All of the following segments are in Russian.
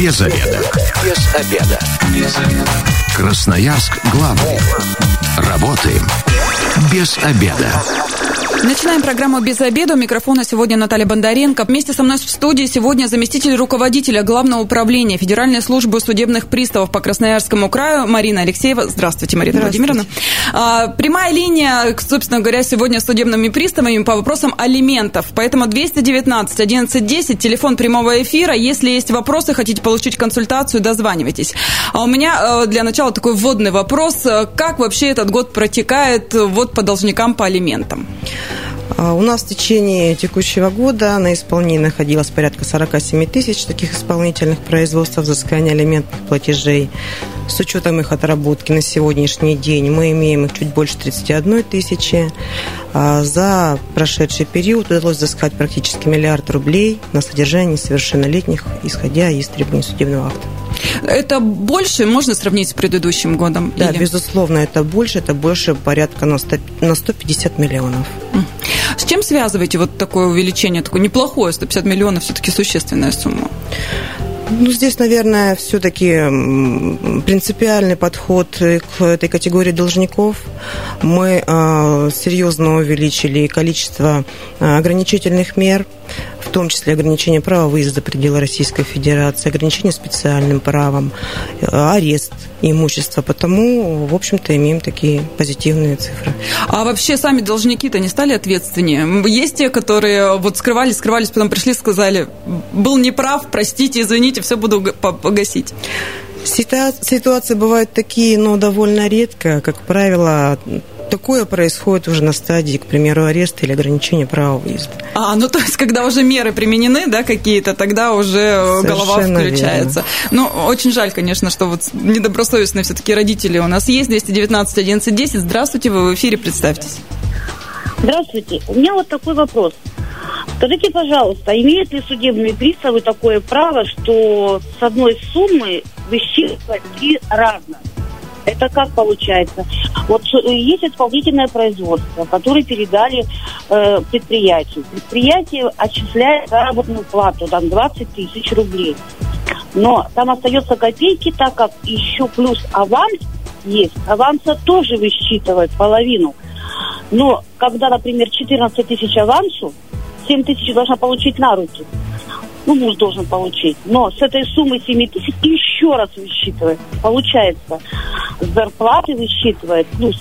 Без обеда. Без обеда. Без обеда. Красноярск главный. Работаем без обеда. Начинаем программу «Без обеда». У микрофона сегодня Наталья Бондаренко. Вместе со мной в студии сегодня заместитель руководителя Главного управления Федеральной службы судебных приставов по Красноярскому краю Марина Алексеева. Здравствуйте, Марина Владимировна. Прямая линия, собственно говоря, сегодня с судебными приставами по вопросам алиментов. Поэтому 219 11 10, телефон прямого эфира. Если есть вопросы, хотите получить консультацию, дозванивайтесь. А у меня для начала такой вводный вопрос. Как вообще этот год протекает вот по должникам по алиментам? У нас в течение текущего года на исполнении находилось порядка 47 тысяч таких исполнительных производств взыскания алиментных платежей. С учетом их отработки на сегодняшний день мы имеем их чуть больше 31 тысячи. За прошедший период удалось взыскать практически 1 миллиард рублей на содержание несовершеннолетних, исходя из требований судебного акта. Это больше можно сравнить с предыдущим годом? Да, или? Безусловно, это больше порядка на 150 миллионов. С чем связываете вот такое увеличение, такое неплохое, 150 миллионов, все-таки существенная сумма? Здесь, наверное, все-таки принципиальный подход к этой категории должников. Мы серьезно увеличили количество ограничительных мер, в том числе ограничение права выезда за пределы Российской Федерации, ограничение специальным правом, арест имущества. Потому, в общем-то, имеем такие позитивные цифры. А вообще сами должники-то не стали ответственнее? Есть те, которые вот скрывались, потом пришли, сказали, был неправ, простите, извините, все буду погасить. Ситуации бывают такие, но довольно редко. Как правило, такое происходит уже на стадии, к примеру, ареста или ограничения права выезда. То есть, когда уже меры применены, да, какие-то, тогда уже голова включается. Верно. Очень жаль, конечно, что вот недобросовестные все-таки родители у нас есть. 219 11 10. Здравствуйте, вы в эфире, представьтесь. Здравствуйте. У меня вот такой вопрос. Скажите, пожалуйста, имеют ли судебные приставы такое право, что с одной суммы высчитывать 3 раза? Это как получается? Вот есть исполнительное производство, которое передали предприятию. Предприятие отчисляет заработную плату, там 20 тысяч рублей. Но там остается копейки, так как еще плюс аванс есть. Аванса тоже высчитывают половину. Но когда, например, 14 тысяч авансу, 7 тысяч должна получить на руки. Муж должен получить. Но с этой суммы 7 тысяч еще раз высчитывает. Получается, с зарплаты высчитывает, плюс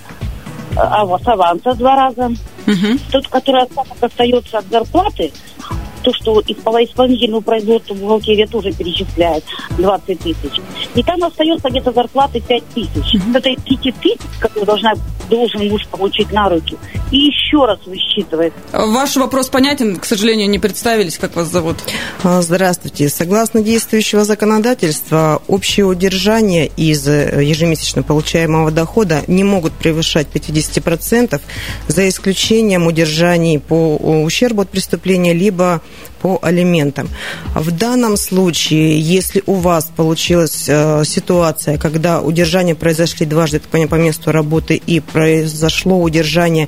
с аванса 2 раза. Угу. Тот, который остается от зарплаты, то, что по исполнительному производству бухгалтерия тоже перечисляет 20 тысяч. И там остается где-то зарплаты 5 тысяч. С этой 5 тысяч, которую должен муж получить на руки, и еще раз высчитывает. Ваш вопрос понятен, к сожалению, не представились, как вас зовут. Здравствуйте. Согласно действующего законодательства, общее удержание из ежемесячно получаемого дохода не могут превышать 50%, за исключением удержаний по ущербу от преступления, либо по алиментам. В данном случае, если у вас получилась ситуация, когда удержания произошли дважды по месту работы и произошло удержание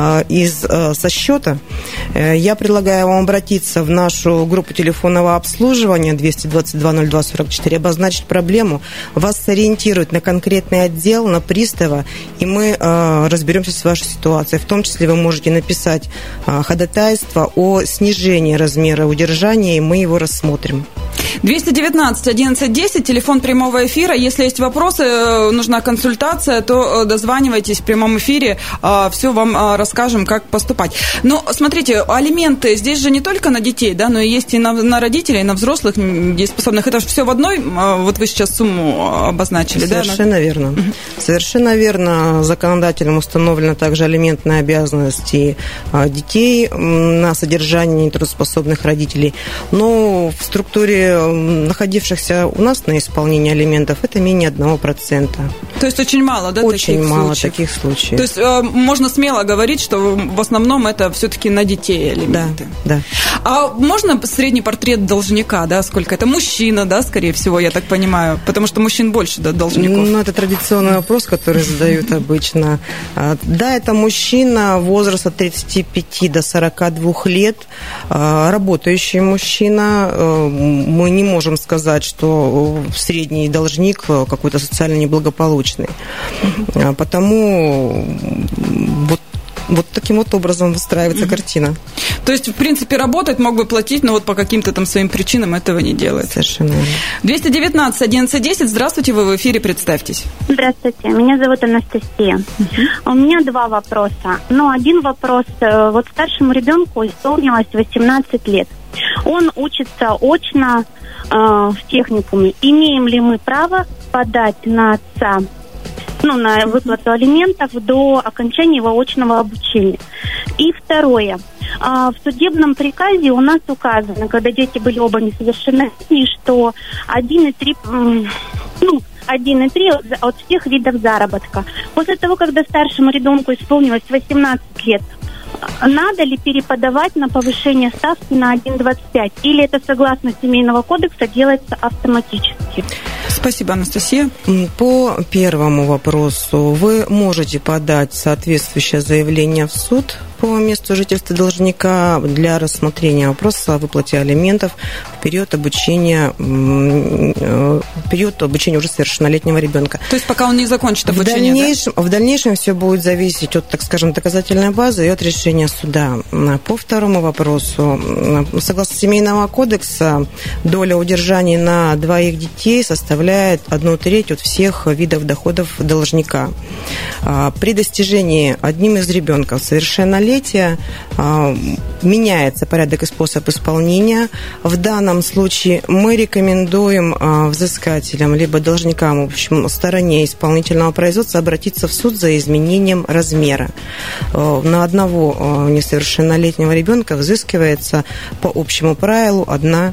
со счета, я предлагаю вам обратиться в нашу группу телефонного обслуживания 222-02-44, обозначить проблему, вас сориентируют на конкретный отдел, на пристава, и мы разберемся с вашей ситуацией. В том числе вы можете написать ходатайство о снижении размера удержания, и мы его рассмотрим. 219 11 10, телефон прямого эфира. Если есть вопросы, нужна консультация, то дозванивайтесь в прямом эфире, все вам расскажем, как поступать. Но смотрите, алименты здесь же не только на детей, да, но и есть и на родителей, и на взрослых недееспособных. Это же все в одной, вот вы сейчас сумму обозначили, да? Совершенно верно. Совершенно верно. Законодателем установлена также алиментная обязанность и детей на содержание нетрудоспособных родителей. Но в структуре находившихся у нас на исполнении алиментов это менее 1%. То есть очень мало, да, очень мало таких случаев. То есть можно смело говорить, что в основном это все-таки на детей алименты. Да. А можно средний портрет должника, да, сколько это? Мужчина, да, скорее всего, я так понимаю, потому что мужчин больше, да, должников. Это традиционный вопрос, который задают обычно. Да, это мужчина, возраст от 35 до 42 лет, работающий мужчина. Мы не можем сказать, что средний должник какой-то социально неблагополучный. Потому вот таким вот образом выстраивается картина. То есть, в принципе, работать, мог бы платить, но вот по каким-то там своим причинам этого не делает. Совершенно верно. 219-11-10. Здравствуйте, вы в эфире, представьтесь. Здравствуйте, меня зовут Анастасия. У меня два вопроса. Один вопрос. Вот старшему ребенку исполнилось 18 лет. Он учится очно в техникуме. Имеем ли мы право подать на отца, на выплату алиментов до окончания его очного обучения? И второе. В судебном приказе у нас указано, когда дети были оба несовершеннолетние, что 1,3 от всех видов заработка. После того, когда старшему ребенку исполнилось 18 лет, надо ли переподавать на повышение ставки на 1,25? Или это, согласно Семейного кодекса, делается автоматически? Спасибо, Анастасия. По первому вопросу вы можете подать соответствующее заявление в суд по месту жительства должника для рассмотрения вопроса о выплате алиментов в период обучения уже совершеннолетнего ребенка. То есть пока он не закончит обучение, в дальнейшем все будет зависеть от, так скажем, доказательной базы и от решения суда. По второму вопросу, согласно Семейного кодекса, доля удержаний на двоих детей составляет 1/3 от всех видов доходов должника. При достижении одним из ребенков совершеннолетия меняется порядок и способ исполнения. В данном случае мы рекомендуем взыскателям либо должникам, в общем, стороне исполнительного производства обратиться в суд за изменением размера. На одного несовершеннолетнего ребенка взыскивается по общему правилу 1/4.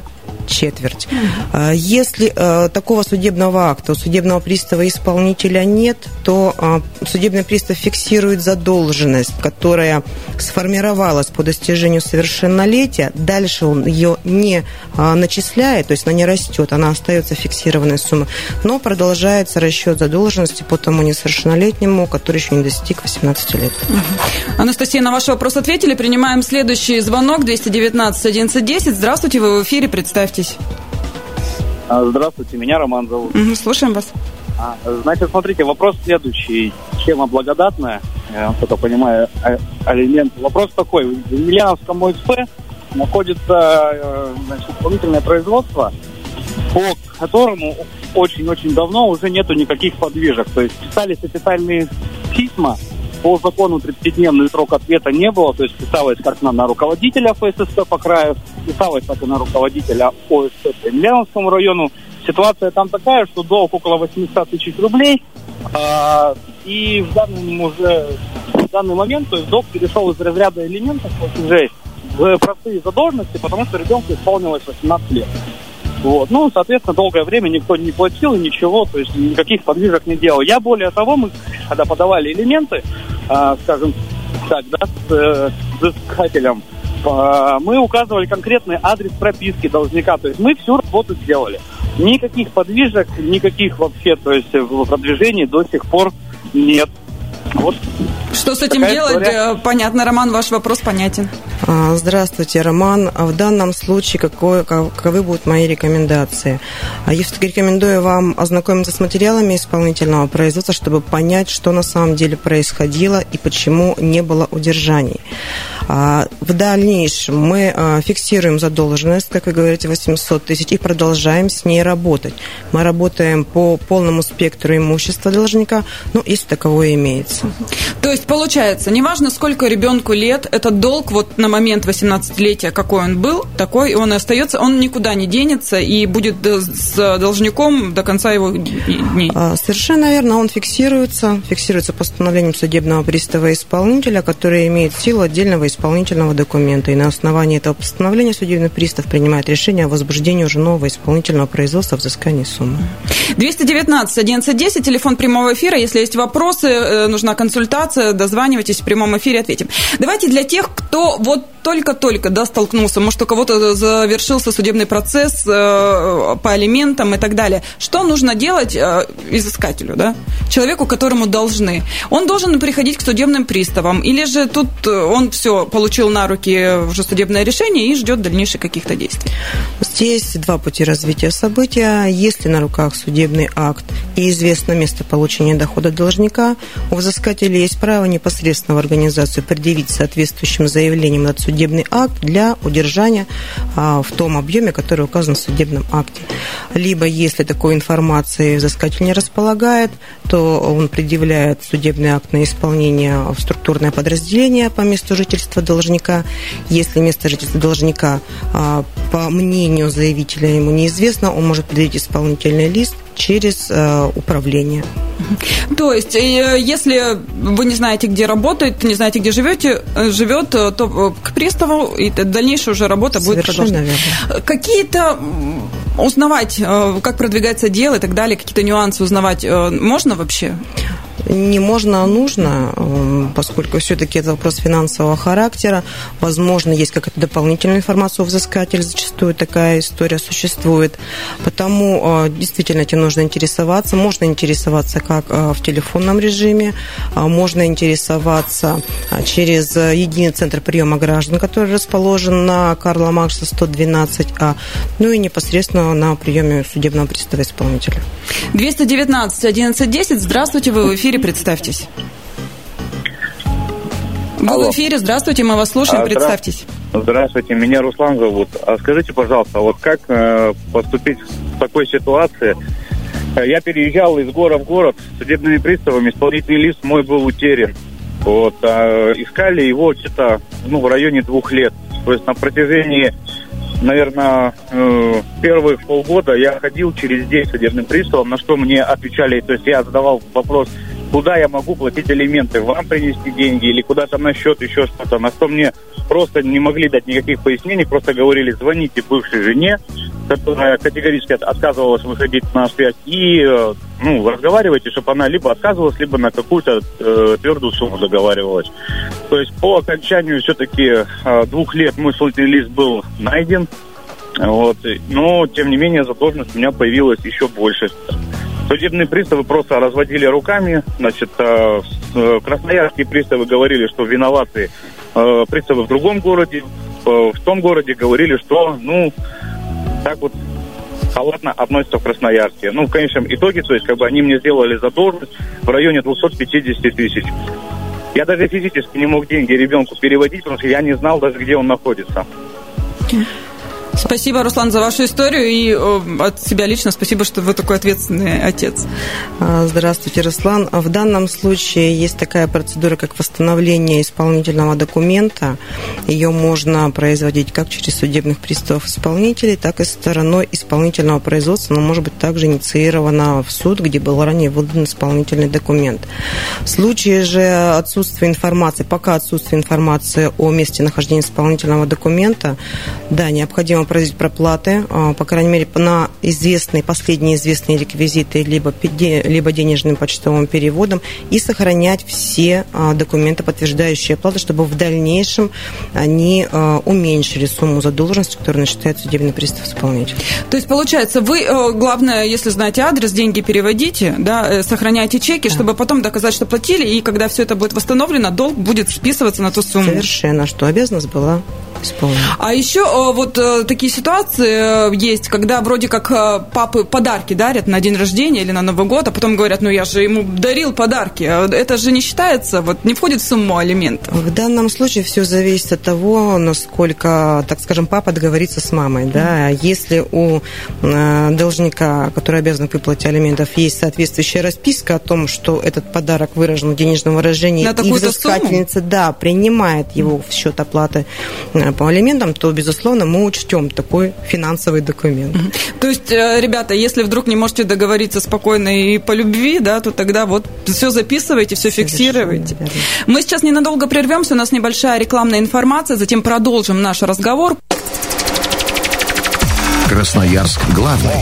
Если такого судебного акта у судебного пристава и исполнителя нет, то судебный пристав фиксирует задолженность, которая сформировалась по достижению совершеннолетия. Дальше он ее не начисляет, то есть она не растет, она остается фиксированной суммой, но продолжается расчет задолженности по тому несовершеннолетнему, который еще не достиг 18 лет. Анастасия, на ваш вопрос ответили. Принимаем следующий звонок. 219-11-10. Здравствуйте, вы в эфире, представьтесь. Здравствуйте, меня Роман зовут. Слушаем вас. Значит, смотрите, вопрос следующий. Тема благодатная, только понимаю, алимент. Вопрос такой. В Емельяновском ОСП находится исполнительное производство, по которому очень-очень давно уже нету никаких подвижек. То есть писались официальные письма, по закону 30-дневный срок ответа не было, то есть писалось как на руководителя ФССП по краю, писалось так и на руководителя ОСП по Емельяновскому району. Ситуация там такая, что долг около 800 тысяч рублей, и в данный момент, то есть долг перешел из разряда элементов платежей в простые задолженности, потому что ребенку исполнилось 18 лет. Соответственно, долгое время никто не платил и ничего, то есть никаких подвижек не делал. Я более того, мы когда подавали элементы, скажем так, с взыскателем, мы указывали конкретный адрес прописки должника, то есть мы всю работу сделали. Никаких подвижек, никаких вообще, то есть в продвижении до сих пор нет. Что с этим делать? История. Понятно, Роман, ваш вопрос понятен. Здравствуйте, Роман. В данном случае каковы будут мои рекомендации? Я все-таки рекомендую вам ознакомиться с материалами исполнительного производства, чтобы понять, что на самом деле происходило и почему не было удержаний. В дальнейшем мы фиксируем задолженность, как вы говорите, 800 тысяч, и продолжаем с ней работать. Мы работаем по полному спектру имущества должника, если таковое имеется. То есть, получается, неважно, сколько ребенку лет, этот долг на момент 18-летия, какой он был, такой он и остается, он никуда не денется и будет с должником до конца его дней. Совершенно верно, он фиксируется постановлением судебного пристава исполнителя, который имеет силу отдельного исполнительного документа. И на основании этого постановления судебный пристав принимает решение о возбуждении уже нового исполнительного производства о взыскании суммы. 219-11-10, телефон прямого эфира. Если есть вопросы, нужна консультация, дозванивайтесь, в прямом эфире ответим. Давайте для тех, кто только-только, да, столкнулся, может, у кого-то завершился судебный процесс по алиментам и так далее. Что нужно делать изыскателю, да, человеку, которому должны? Он должен приходить к судебным приставам, или же тут он все получил на руки уже судебное решение и ждет дальнейших каких-то действий? Здесь два пути развития события. Если на руках судебный акт и известно место получения дохода должника, у взыскателя есть право непосредственно в организацию предъявить соответствующим заявлением этот судебный акт для удержания в том объеме, который указан в судебном акте. Либо, если такой информации взыскатель не располагает, то он предъявляет судебный акт на исполнение в структурное подразделение по месту жительства должника. Если место жительства должника, по мнению заявителя, ему неизвестно, он может предъявить исполнительный лист через управление. То есть, если вы не знаете, где работает, не знаете, где живет, то к приставу, и дальнейшая уже работа будет продолжена. Какие-то узнавать, как продвигается дело и так далее, какие-то нюансы узнавать можно вообще? Не можно, а нужно, поскольку все-таки это вопрос финансового характера. Возможно, есть какая-то дополнительная информация у взыскателя, зачастую такая история существует. Потому действительно этим нужно интересоваться. Можно интересоваться как в телефонном режиме, можно интересоваться через единый центр приема граждан, который расположен на Карла Маркса 112А, ну и непосредственно на приеме судебного пристава исполнителя. 219 11 10. Здравствуйте, вы в эфире, представьтесь. Вы в эфире, здравствуйте, мы вас слушаем, представьтесь. Здравствуйте, меня Руслан зовут. А скажите, пожалуйста, вот как поступить в такой ситуации? Я переезжал из города в город с судебными приставами, исполнительный лист мой был утерян. Вот, искали его где-то в районе 2 лет. То есть на протяжении, наверное, первых полгода я ходил через день судебным приставом, на что мне отвечали, то есть я задавал вопрос, куда я могу платить алименты, вам принести деньги или куда-то на счет, еще что-то, на что мне просто не могли дать никаких пояснений, просто говорили, звоните бывшей жене, которая категорически отказывалась выходить на связь, и разговаривайте, чтобы она либо отказывалась, либо на какую-то твердую сумму договаривалась. То есть по окончанию все-таки 2 лет мой исполнительный лист был найден, вот, но тем не менее задолженность у меня появилась еще больше. Судебные приставы просто разводили руками, значит, красноярские приставы говорили, что виноваты приставы в другом городе, в том городе говорили, что, так вот халатно относятся в Красноярске. В конечном итоге, то есть, они мне сделали задолженность в районе 250 тысяч. Я даже физически не мог деньги ребенку переводить, потому что я не знал даже, где он находится. Спасибо, Руслан, за вашу историю, и от себя лично спасибо, что вы такой ответственный отец. Здравствуйте, Руслан. В данном случае есть такая процедура, как восстановление исполнительного документа. Ее можно производить как через судебных приставов исполнителей, так и стороной исполнительного производства, но может быть также инициировано в суд, где был ранее выдан исполнительный документ. В случае же отсутствия информации, пока отсутствие информации о месте нахождения исполнительного документа, да, необходимо произвести проплаты, по крайней мере, на последние известные реквизиты либо денежным почтовым переводом, и сохранять все документы, подтверждающие оплату, чтобы в дальнейшем они уменьшили сумму задолженности, которую насчитает судебный пристав исполнителя. То есть, получается, вы, главное, если знаете адрес, деньги переводите, да, сохраняйте чеки, чтобы потом доказать, что платили, и когда все это будет восстановлено, долг будет списываться на ту сумму. Совершенно, что обязанность была исполнена. А еще вот такие ситуации есть, когда вроде как папы подарки дарят на день рождения или на Новый год, а потом говорят, я же ему дарил подарки. Это же не считается, не входит в сумму алиментов. В данном случае все зависит от того, насколько, так скажем, папа договорится с мамой. Да? Если у должника, который обязан выплатить алиментов, есть соответствующая расписка о том, что этот подарок выражен в денежном выражении, и взыскательница, принимает его в счет оплаты по алиментам, то, безусловно, мы учтем такой финансовый документ. То есть, ребята, если вдруг не можете договориться спокойно и по любви, да, то тогда все записывайте, все фиксируйте. Верно. Мы сейчас ненадолго прервемся, у нас небольшая рекламная информация, затем продолжим наш разговор. Красноярск главный.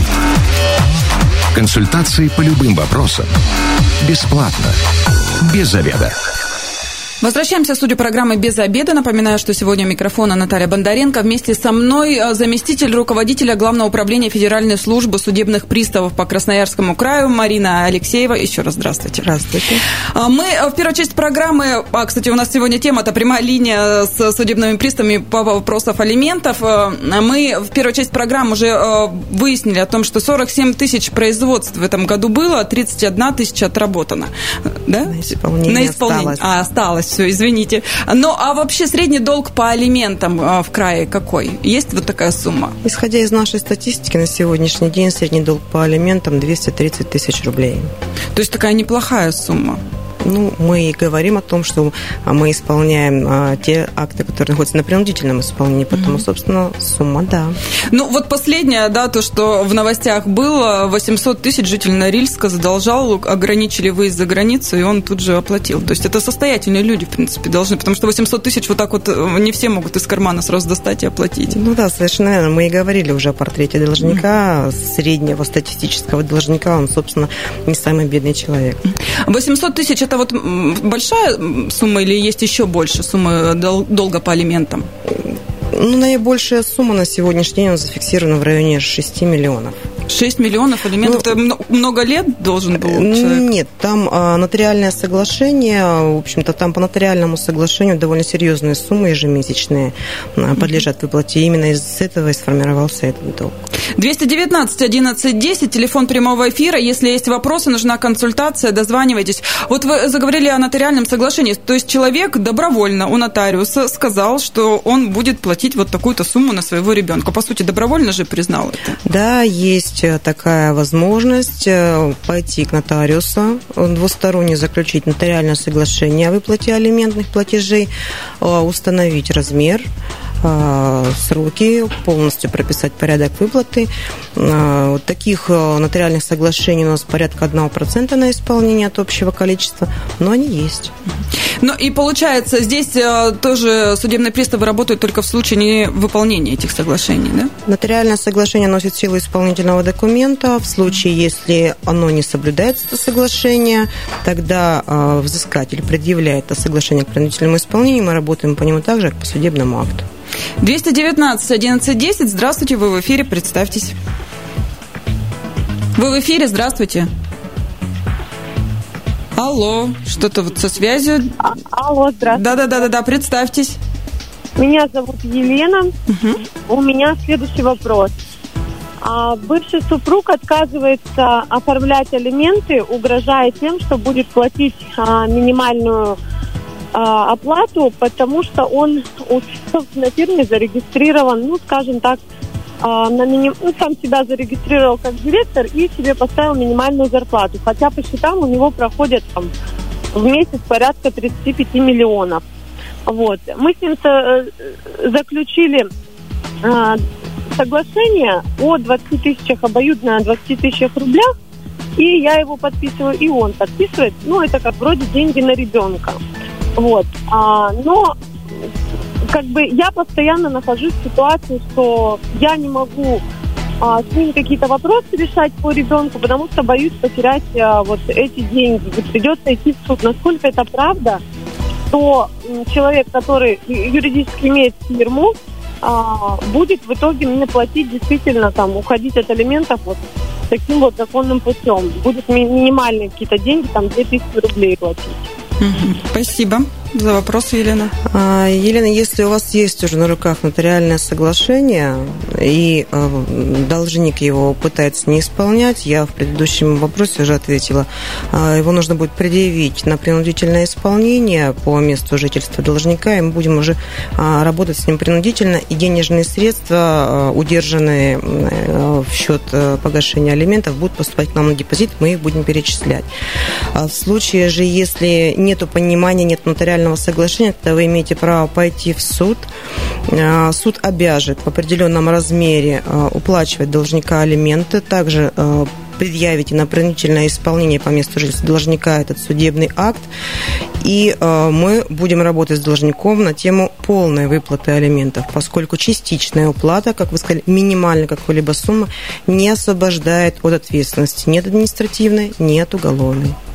Консультации по любым вопросам. Бесплатно. Без заведа. Возвращаемся в студию программы «Без обеда». Напоминаю, что сегодня у микрофона Наталья Бондаренко. Вместе со мной заместитель руководителя Главного управления Федеральной службы судебных приставов по Красноярскому краю Марина Алексеева. Еще раз здравствуйте. Здравствуйте. Мы в первой части программы, кстати, у нас сегодня тема-то прямая линия с судебными приставами по вопросам алиментов. Мы в первой части программы уже выяснили о том, что 47 тысяч производств в этом году было, 31 тысяча отработано. Да? На исполнение осталось. Осталось. Все, извините. Ну, а вообще средний долг по алиментам в крае какой? Есть вот такая сумма? Исходя из нашей статистики, на сегодняшний день средний долг по алиментам 230 тысяч рублей. То есть такая неплохая сумма. Ну, мы и говорим о том, что мы исполняем те акты, которые находятся на принудительном исполнении, потому, собственно, сумма, да. Ну, вот последнее, да, то, что в новостях было, 800 тысяч житель Норильска задолжал, ограничили выезд за границу, и он тут же оплатил. То есть это состоятельные люди, в принципе, должны, потому что 800 тысяч вот так вот не все могут из кармана сразу достать и оплатить. Ну да, совершенно верно. Мы и говорили уже о портрете должника, среднего статистического должника, он, собственно, не самый бедный человек. 800 тысяч – это вот большая сумма или есть еще больше суммы долга по алиментам? Ну, наибольшая сумма на сегодняшний день зафиксирована в районе 6 миллионов. 6 миллионов алиментов? Ну, это много лет должен был человек? Нет, там нотариальное соглашение, в общем-то, там по нотариальному соглашению довольно серьезные суммы ежемесячные подлежат выплате. Именно из этого и сформировался этот долг. 219 11 10, телефон прямого эфира. Если есть вопросы, нужна консультация, дозванивайтесь. Вот вы заговорили о нотариальном соглашении. То есть человек добровольно у нотариуса сказал, что он будет платить вот такую-то сумму на своего ребенка. По сути, добровольно же признал это. Да, есть такая возможность пойти к нотариусу, двусторонне заключить нотариальное соглашение о выплате алиментных платежей, установить размер, сроки, полностью прописать порядок выплаты. Таких нотариальных соглашений у нас порядка 1% на исполнение от общего количества, но они есть. Ну и получается, здесь тоже судебные приставы работают только в случае невыполнения этих соглашений, да? Нотариальное соглашение носит силу исполнительного документа. В случае, если оно не соблюдается, это соглашение, тогда взыскатель предъявляет это соглашение к принудительному исполнению, мы работаем по нему так же, как по судебному акту. 219 11 10. Здравствуйте, вы в эфире, представьтесь. Вы в эфире, здравствуйте. Алло, что-то вот со связью. Алло, здравствуйте. Да, представьтесь. Меня зовут Елена. У меня следующий вопрос. Бывший супруг отказывается оформлять алименты, угрожая тем, что будет платить минимальную оплату, потому что он у собственной фирме зарегистрирован, ну, скажем так, сам себя зарегистрировал как директор и себе поставил минимальную зарплату. Хотя по счетам у него проходят там в месяц порядка 35 миллионов. Вот. Мы с ним заключили соглашение о 20 тысячах, обоюдно 20 тысячах рублях, и я его подписываю, и он подписывает. Ну, это как вроде деньги на ребенка. Вот. Но как бы я постоянно нахожусь в ситуации, что я не могу с ним какие-то вопросы решать по ребенку, потому что боюсь потерять вот эти деньги. И придется идти в суд. Насколько это правда, что человек, который юридически имеет фирму, будет в итоге мне платить действительно, там, уходить от алиментов вот таким вот законным путем. Будут минимальные какие-то деньги, там, 2000 рублей платить. Спасибо за вопрос, Елена. Елена, если у вас есть уже на руках нотариальное соглашение, и должник его пытается не исполнять, я в предыдущем вопросе уже ответила, его нужно будет предъявить на принудительное исполнение по месту жительства должника, и мы будем уже работать с ним принудительно, и денежные средства, удержанные в счет погашения алиментов, будут поступать к нам на депозит, мы их будем перечислять. В случае же, если нету понимания, нет нотариального соглашения, тогда вы имеете право пойти в суд. Суд обяжет в определенном размере уплачивать должника алименты, также предъявите на принудительное исполнение по месту жительства должника этот судебный акт, и мы будем работать с должником на тему полной выплаты алиментов, поскольку частичная уплата, как вы сказали, минимальная какой-либо сумма, не освобождает от ответственности ни от административной, ни от уголовной.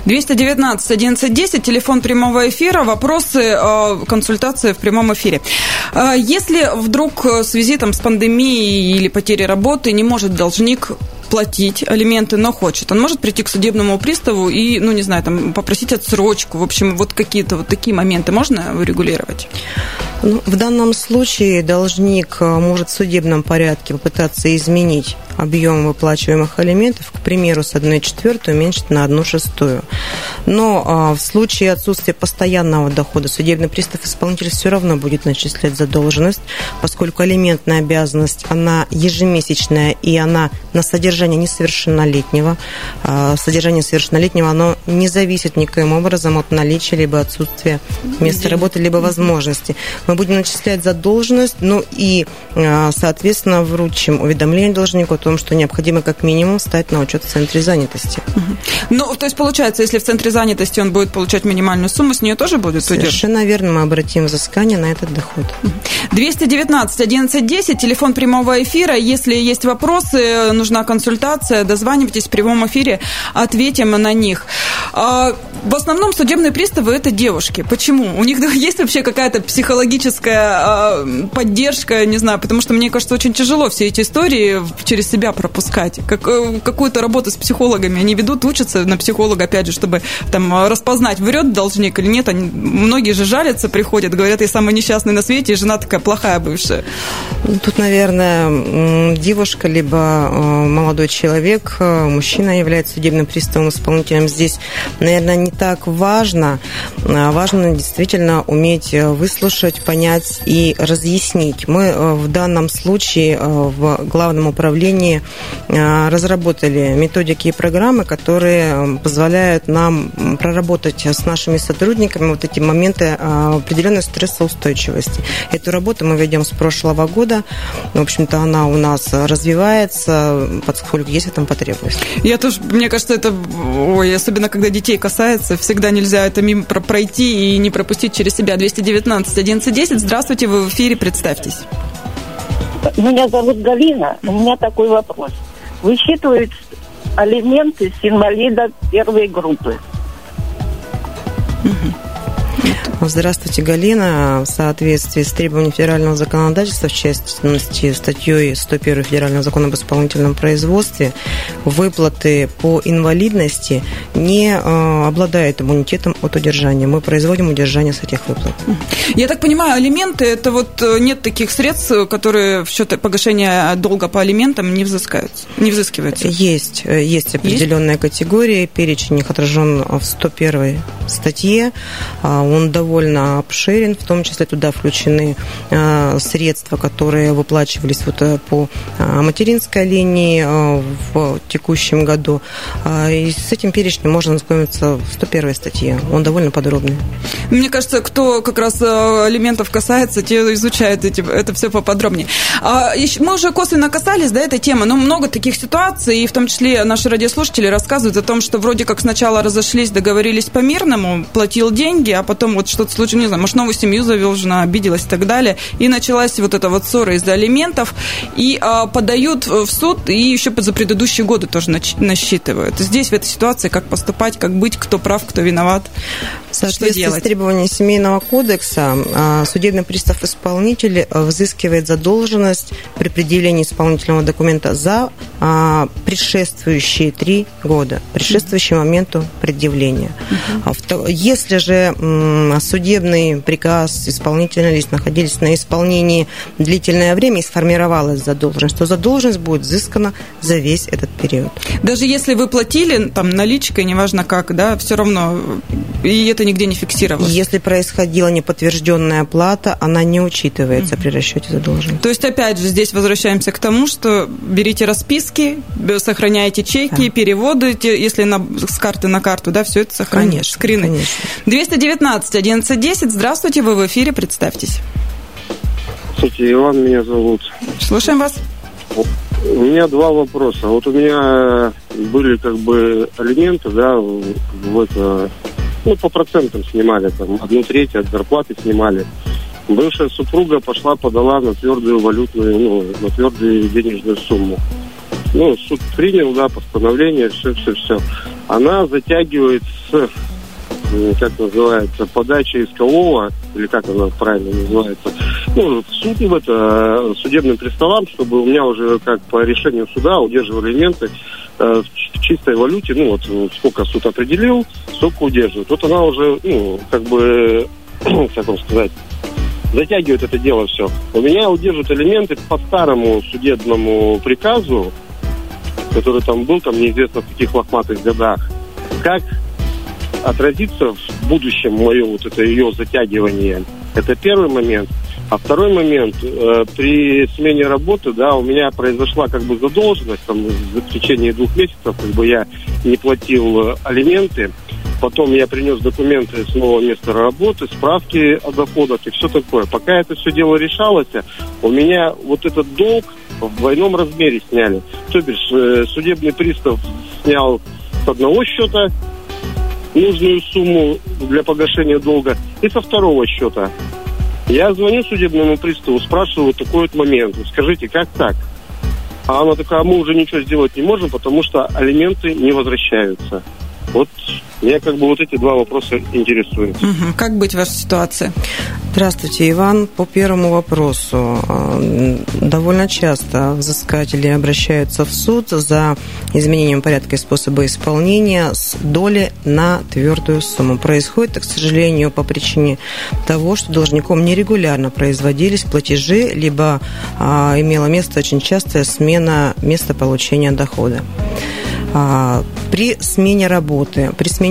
219-11-10, телефон прямого эфира, вопросы, консультации в прямом эфире. Если вдруг в связи с пандемией или потерей работы не может должник платить алименты, но хочет, он может прийти к судебному приставу и, попросить отсрочку. В общем, вот какие-то вот такие моменты можно урегулировать? В данном случае должник может в судебном порядке попытаться изменить объем выплачиваемых алиментов, к примеру, с 1/4 уменьшить на 1/6. Но в случае отсутствия постоянного дохода судебный пристав-исполнитель все равно будет начислять задолженность, поскольку алиментная обязанность, она ежемесячная, и она на содержание несовершеннолетнего. Содержание совершеннолетнего, оно не зависит никоим образом от наличия либо отсутствия места работы, либо возможности. Мы будем начислять задолженность, и, соответственно, вручим уведомление должнику о том, что необходимо как минимум стать на учет в центре занятости. То есть, получается, если в центре занятости он будет получать минимальную сумму, с нее тоже будет удерживать? Совершенно верно, мы обратим взыскание на этот доход. 219-11-10, телефон прямого эфира. Если есть вопросы, нужна консультация, дозванивайтесь в прямом эфире, ответим на них. В основном судебные приставы – это девушки. Почему? У них есть вообще какая-то психологическая поддержка, не знаю, потому что, мне кажется, очень тяжело все эти истории через себя пропускать. Какую-то работу с психологами они ведут, учатся на психолога, опять же, чтобы распознать, врет должник или нет. Многие же жалятся, приходят, говорят, я самый несчастный на свете, и жена такая плохая бывшая. Тут, наверное, девушка, либо молодой человек, мужчина является судебным приставом, исполнителем. Здесь, наверное, не так важно. Важно действительно уметь выслушать, понять и разъяснить. Мы в данном случае в Главном управлении разработали методики и программы, которые позволяют нам проработать с нашими сотрудниками вот эти моменты определенной стрессоустойчивости. Эту работу мы ведем с прошлого года. В общем-то, она у нас развивается, поскольку есть в этом потребность. Мне кажется, это, особенно когда детей касается, всегда нельзя это мимо пройти и не пропустить через себя. 219-11-10. Здравствуйте, вы в эфире, представьтесь. Меня зовут Галина. У меня такой вопрос. Высчитывают алименты с инвалида первой группы. Здравствуйте, Галина. В соответствии с требованиями федерального законодательства, в частности, статьей 101 Федерального закона об исполнительном производстве, выплаты по инвалидности не обладают иммунитетом от удержания. Мы производим удержание с этих выплат. Я так понимаю, алименты, это нет таких средств, которые в счет погашения долга по алиментам не взыскиваются? Есть определенная категория, перечень их отражен в 101 статье. Он довольно обширен, в том числе туда включены средства, которые выплачивались по материнской линии в текущем году. И с этим перечнем можно ознакомиться в 101 статье. Он довольно подробный. Мне кажется, кто как раз алиментов касается, те изучают это все поподробнее. Мы уже косвенно касались этой темы, но много таких ситуаций, и в том числе наши радиослушатели рассказывают о том, что вроде как сначала разошлись, договорились по-мирному, платил деньги, а потом что-то случилось, не знаю, может, новую семью завел, жена обиделась и так далее, и началась эта ссора из-за алиментов, и подают в суд, и еще за предыдущие годы тоже насчитывают. Здесь в этой ситуации как поступать, как быть, кто прав, кто виноват, в соответствии с требованиями Семейного кодекса судебный пристав-исполнитель взыскивает задолженность при предъявлении исполнительного документа за предшествующие 3 года, предшествующие моменту предъявления. Если же судебный приказ, исполнительный лист находились на исполнении длительное время и сформировалась задолженность, то задолженность будет взыскана за весь этот период. Даже если вы платили наличкой, неважно как, все равно, и это нигде не фиксировалось? Если происходила неподтвержденная оплата, она не учитывается при расчете задолженности. То есть, опять же, здесь возвращаемся к тому, что берите расписки, сохраняйте чеки, переводы, если с карты на карту, все это сохраняйте. Конечно, скрины. Конечно. 219-11-10. Здравствуйте, вы в эфире, представьтесь. Здравствуйте, Иван меня зовут. Слушаем вас. У меня 2 вопроса. У меня были алименты, по процентам снимали, 1/3 от зарплаты снимали. Бывшая супруга подала на твердую валютную, на твердую денежную сумму. Суд принял, постановление, все. она затягивает с, как называется, подачи искового, или как она правильно называется, ну, в суд, в это, судебным приставам, чтобы у меня уже как по решению суда удерживали элементы в чистой валюте, ну, вот сколько суд определил, столько удерживают. Вот она уже, ну, как бы, как вам сказать, затягивает это дело все. У меня удерживают элементы по старому судебному приказу, который там был, там неизвестно в каких лохматых годах. Как отразится в будущем мое вот это ее затягивание, это первый момент. А второй момент, при смене работы, да, у меня произошла как бы задолженность, там, в течение 2 месяцев, как бы я не платил алименты, потом я принес документы с нового места работы, справки о доходах и все такое. Пока это все дело решалось, у меня вот этот долг в двойном размере сняли. То бишь, судебный пристав снял с одного счета нужную сумму для погашения долга и со второго счета. Я звоню судебному приставу, спрашиваю вот такой вот момент. Скажите, как так? А она такая, мы уже ничего сделать не можем, потому что алименты не возвращаются. Вот меня как бы вот эти 2 вопроса интересуют. Как быть в вашей ситуации? Здравствуйте, Иван. По первому вопросу. Довольно часто взыскатели обращаются в суд за изменением порядка и способа исполнения с доли на твердую сумму. Происходит это, к сожалению, по причине того, что должником нерегулярно производились платежи, либо имела место очень частая смена места получения дохода. При смене работы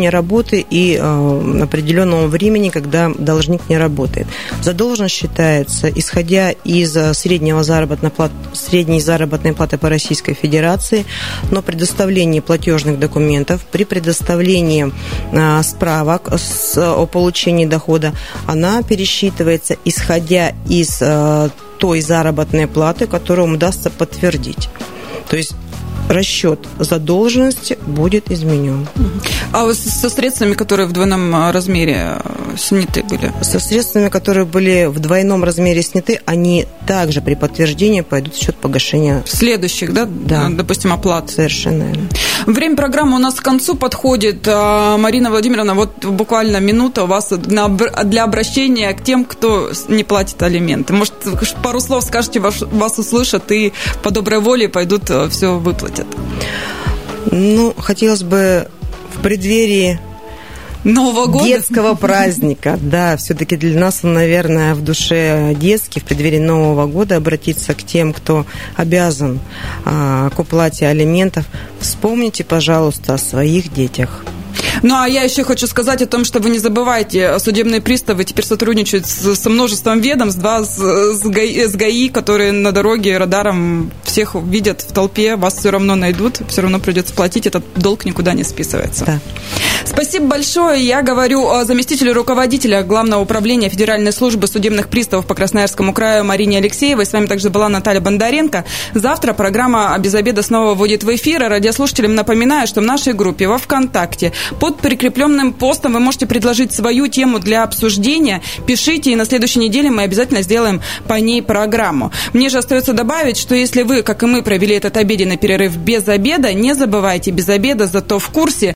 и определенного времени, когда должник не работает. Задолженность считается, исходя из средней заработной платы по Российской Федерации, но предоставлении платежных документов, при предоставлении справок о получении дохода, она пересчитывается, исходя из той заработной платы, которую удастся подтвердить. То есть расчет задолженности будет изменен. А со средствами, которые в двойном размере сняты были? Со средствами, которые были в двойном размере сняты, они также при подтверждении пойдут в счет погашения следующих, да? Да. Допустим, оплат. Совершенно верно. Время программы у нас к концу подходит. Марина Владимировна, вот буквально минута у вас для обращения к тем, кто не платит алименты. Может, пару слов скажете, вас услышат и по доброй воле пойдут все выплатить. Ну, хотелось бы в преддверии Нового года? Детского праздника, да, все-таки для нас он, наверное, в душе детский, в преддверии Нового года обратиться к тем, кто обязан к уплате алиментов. Вспомните, пожалуйста, о своих детях. Ну, а я еще хочу сказать о том, что вы не забывайте, судебные приставы теперь сотрудничают со множеством ведомств, да, с ГАИ, которые на дороге радаром всех видят в толпе, вас все равно найдут, все равно придется платить, этот долг никуда не списывается. Да. Спасибо большое. Я говорю заместителю руководителя Главного управления Федеральной службы судебных приставов по Красноярскому краю Марине Алексеевой. С вами также была Наталья Бондаренко. Завтра программа «Без обеда» снова выйдет в эфир. Радиослушателям напоминаю, что в нашей группе во ВКонтакте под прикрепленным постом вы можете предложить свою тему для обсуждения. Пишите, и на следующей неделе мы обязательно сделаем по ней программу. Мне же остается добавить, что если вы, как и мы, провели этот обеденный перерыв без обеда, не забывайте, без обеда, зато в курсе.